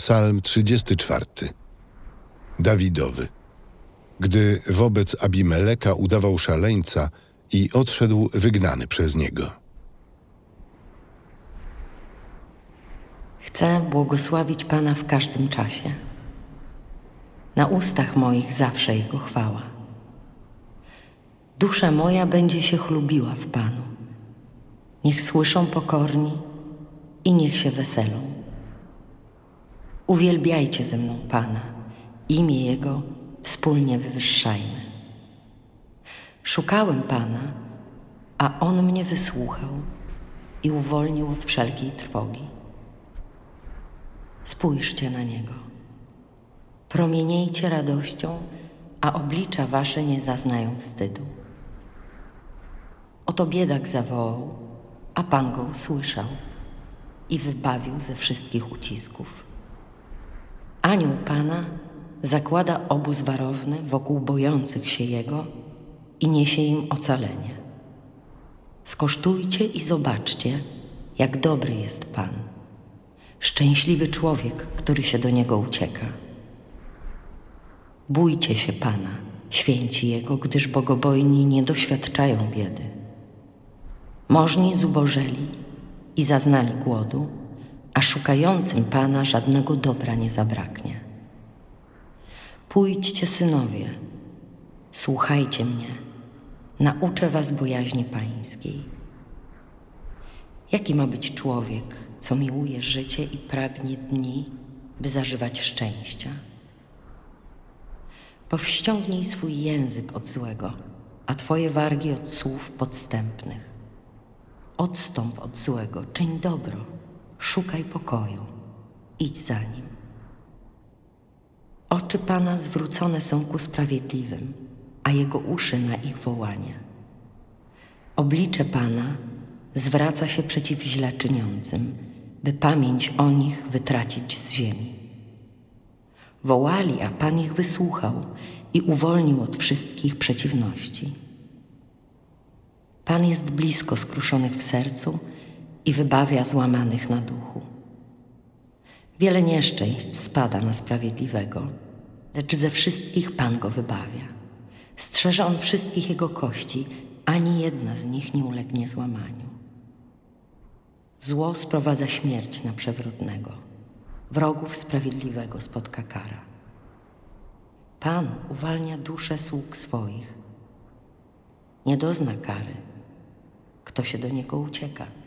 Psalm 34. Dawidowy. Gdy wobec Abimeleka udawał szaleńca i odszedł wygnany przez niego. Chcę błogosławić Pana w każdym czasie. Na ustach moich zawsze Jego chwała. Dusza moja będzie się chlubiła w Panu. Niech słyszą pokorni i niech się weselą. Uwielbiajcie ze mną Pana, imię Jego wspólnie wywyższajmy. Szukałem Pana, a On mnie wysłuchał i uwolnił od wszelkiej trwogi. Spójrzcie na Niego. Promieniejcie radością, a oblicza wasze nie zaznają wstydu. Oto biedak zawołał, a Pan go usłyszał i wybawił ze wszystkich ucisków. Anioł Pana zakłada obóz warowny wokół bojących się Jego i niesie im ocalenie. Skosztujcie i zobaczcie, jak dobry jest Pan. Szczęśliwy człowiek, który się do Niego ucieka. Bójcie się Pana, święci Jego, gdyż bogobojni nie doświadczają biedy. Możni zubożeli i zaznali głodu, a szukającym Pana żadnego dobra nie zabraknie. Pójdźcie, synowie, słuchajcie mnie, nauczę was bojaźni pańskiej. Jaki ma być człowiek, co miłuje życie i pragnie dni, by zażywać szczęścia? Powściągnij swój język od złego, a twoje wargi od słów podstępnych. Odstąp od złego, czyń dobro, szukaj pokoju, idź za nim. Oczy Pana zwrócone są ku sprawiedliwym, a Jego uszy na ich wołanie. Oblicze Pana zwraca się przeciw źle czyniącym, by pamięć o nich wytracić z ziemi. Wołali, a Pan ich wysłuchał i uwolnił od wszystkich przeciwności. Pan jest blisko skruszonych w sercu i wybawia złamanych na duchu. Wiele nieszczęść spada na sprawiedliwego, lecz ze wszystkich Pan go wybawia. Strzeże on wszystkich jego kości, ani jedna z nich nie ulegnie złamaniu. Zło sprowadza śmierć na przewrotnego, wrogów sprawiedliwego spotka kara. Pan uwalnia dusze sług swoich. Nie dozna kary, kto się do Niego ucieka.